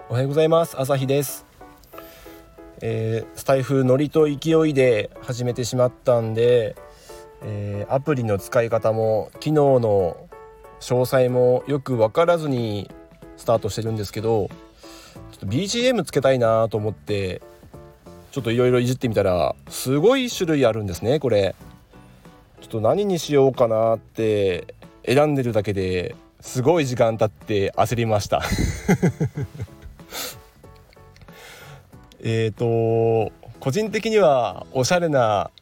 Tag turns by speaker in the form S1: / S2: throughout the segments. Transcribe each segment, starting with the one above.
S1: おはようございます。朝日です。スタイフノリと勢いで始めてしまったんで、アプリの使い方も機能の詳細もよく分からずにスタートしてるんですけど、ちょっと BGM つけたいなと思ってちょっといろいろいじってみたらすごい種類あるんですね。これちょっと何にしようかなって選んでるだけですごい時間経って焦りました個人的にはおしゃれな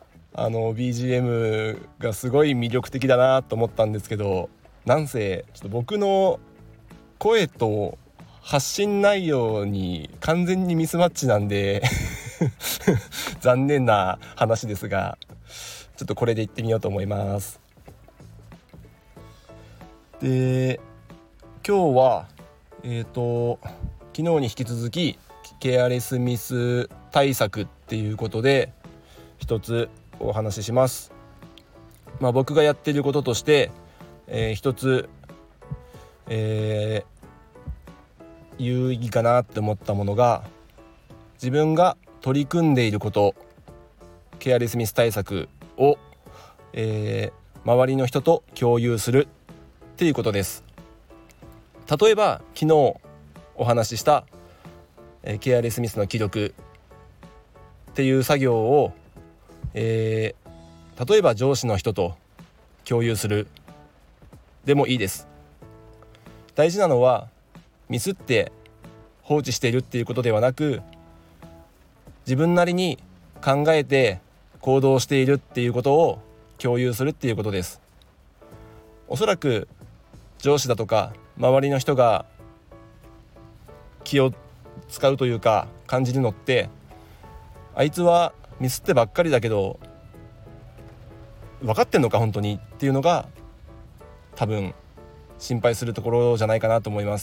S1: BGM がすごい魅力的だなと思ったんですけど、なんせちょっと僕の声と発信内容に完全にミスマッチなんで残念な話ですが、ちょっとこれでいってみようと思います。で、今日は昨日に引き続きケアレスミス対策っていうことで一つお話しします。僕がやっていることとして、一つ、有意義かなって思ったものが、自分が取り組んでいることケアレスミス対策を、周りの人と共有するっていうことです。例えば昨日お話ししたケアレスミスの記録っていう作業を、例えば上司の人と共有するでもいいです。大事なのはミスって放置しているっていうことではなく、自分なりに考えて行動しているっていうことを共有するっていうことです。おそらく上司だとか周りの人が気を使うというか感じるのって、あいつはミスってばっかりだけど分かってんのか本当にっていうのが多分心配するところじゃないかなと思います。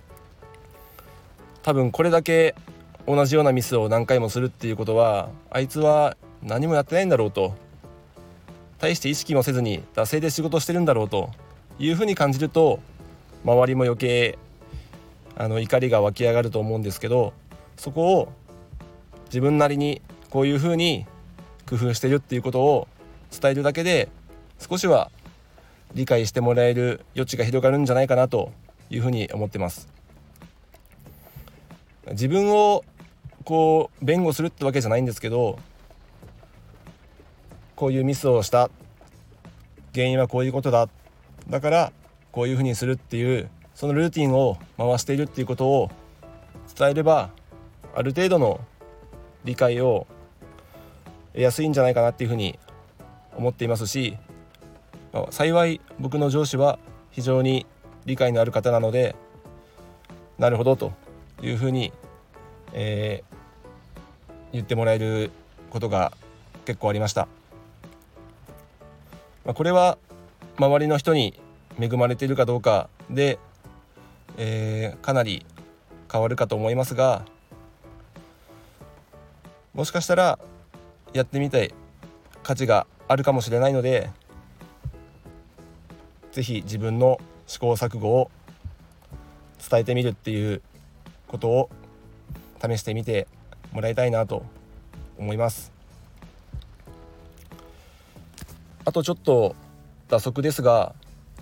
S1: 多分これだけ同じようなミスを何回もするっていうことは、あいつは何もやってないんだろうと、大して意識もせずに惰性で仕事してるんだろうというふうに感じると、周りも余計怒りが湧き上がると思うんですけど、そこを自分なりにこういうふうに工夫してるっていうことを伝えるだけで、少しは理解してもらえる余地が広がるんじゃないかなというふうに思ってます。自分をこう弁護するってわけじゃないんですけど、こういうミスをした原因はこういうことだ、だからこういうふうにするっていうそのルーティンを回しているっていうことを伝えれば、ある程度の理解を得やすいんじゃないかなっていうふうに思っていますし、幸い僕の上司は非常に理解のある方なので、なるほどというふうに、言ってもらえることが結構ありました。これは周りの人に恵まれているかどうかで、かなり変わるかと思いますが、もしかしたらやってみて価値があるかもしれないので、ぜひ自分の試行錯誤を伝えてみるっていうことを試してみてもらいたいなと思います。あとちょっと打足ですが、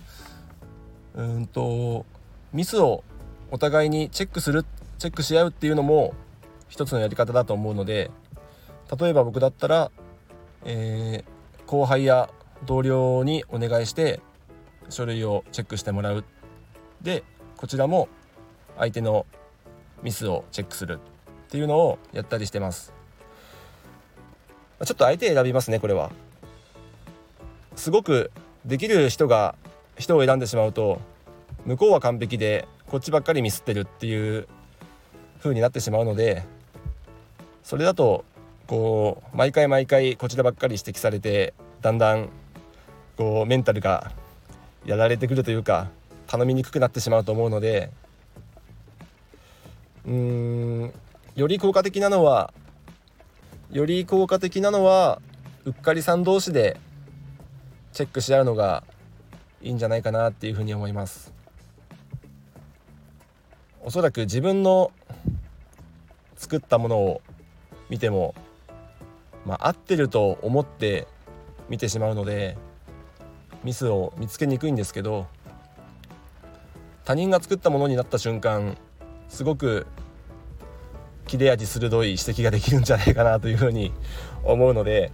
S1: ミスをお互いにチェックし合うっていうのも一つのやり方だと思うので、例えば僕だったら、後輩や同僚にお願いして書類をチェックしてもらう。で、こちらも相手のミスをチェックするっていうのをやったりしてます。ちょっと相手選びますね。これはすごくできる人を選んでしまうと、向こうは完璧でこっちばっかりミスってるっていう風になってしまうので、それだとこう毎回こちらばっかり指摘されて、だんだんこうメンタルがやられてくるというか、頼みにくくなってしまうと思うので、より効果的なのはうっかりさん同士でチェックし合うのがいいんじゃないかなっていうふうに思います。おそらく自分の作ったものを見ても、合ってると思って見てしまうのでミスを見つけにくいんですけど、他人が作ったものになった瞬間すごく切れ味鋭い指摘ができるんじゃないかなというふうに思うので、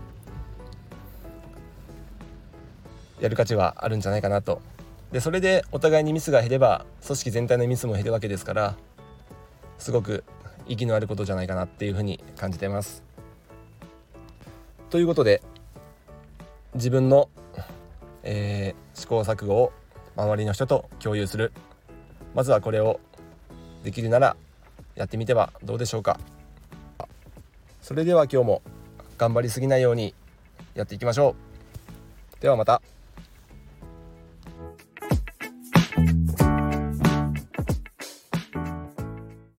S1: やる価値はあるんじゃないかなと。でそれでお互いにミスが減れば組織全体のミスも減るわけですから、すごく意義のあることじゃないかなっていうふうに感じています。ということで自分の、試行錯誤を周りの人と共有する、まずはこれをできるならやってみてはどうでしょうか。それでは今日も頑張りすぎないようにやっていきましょう。ではまた。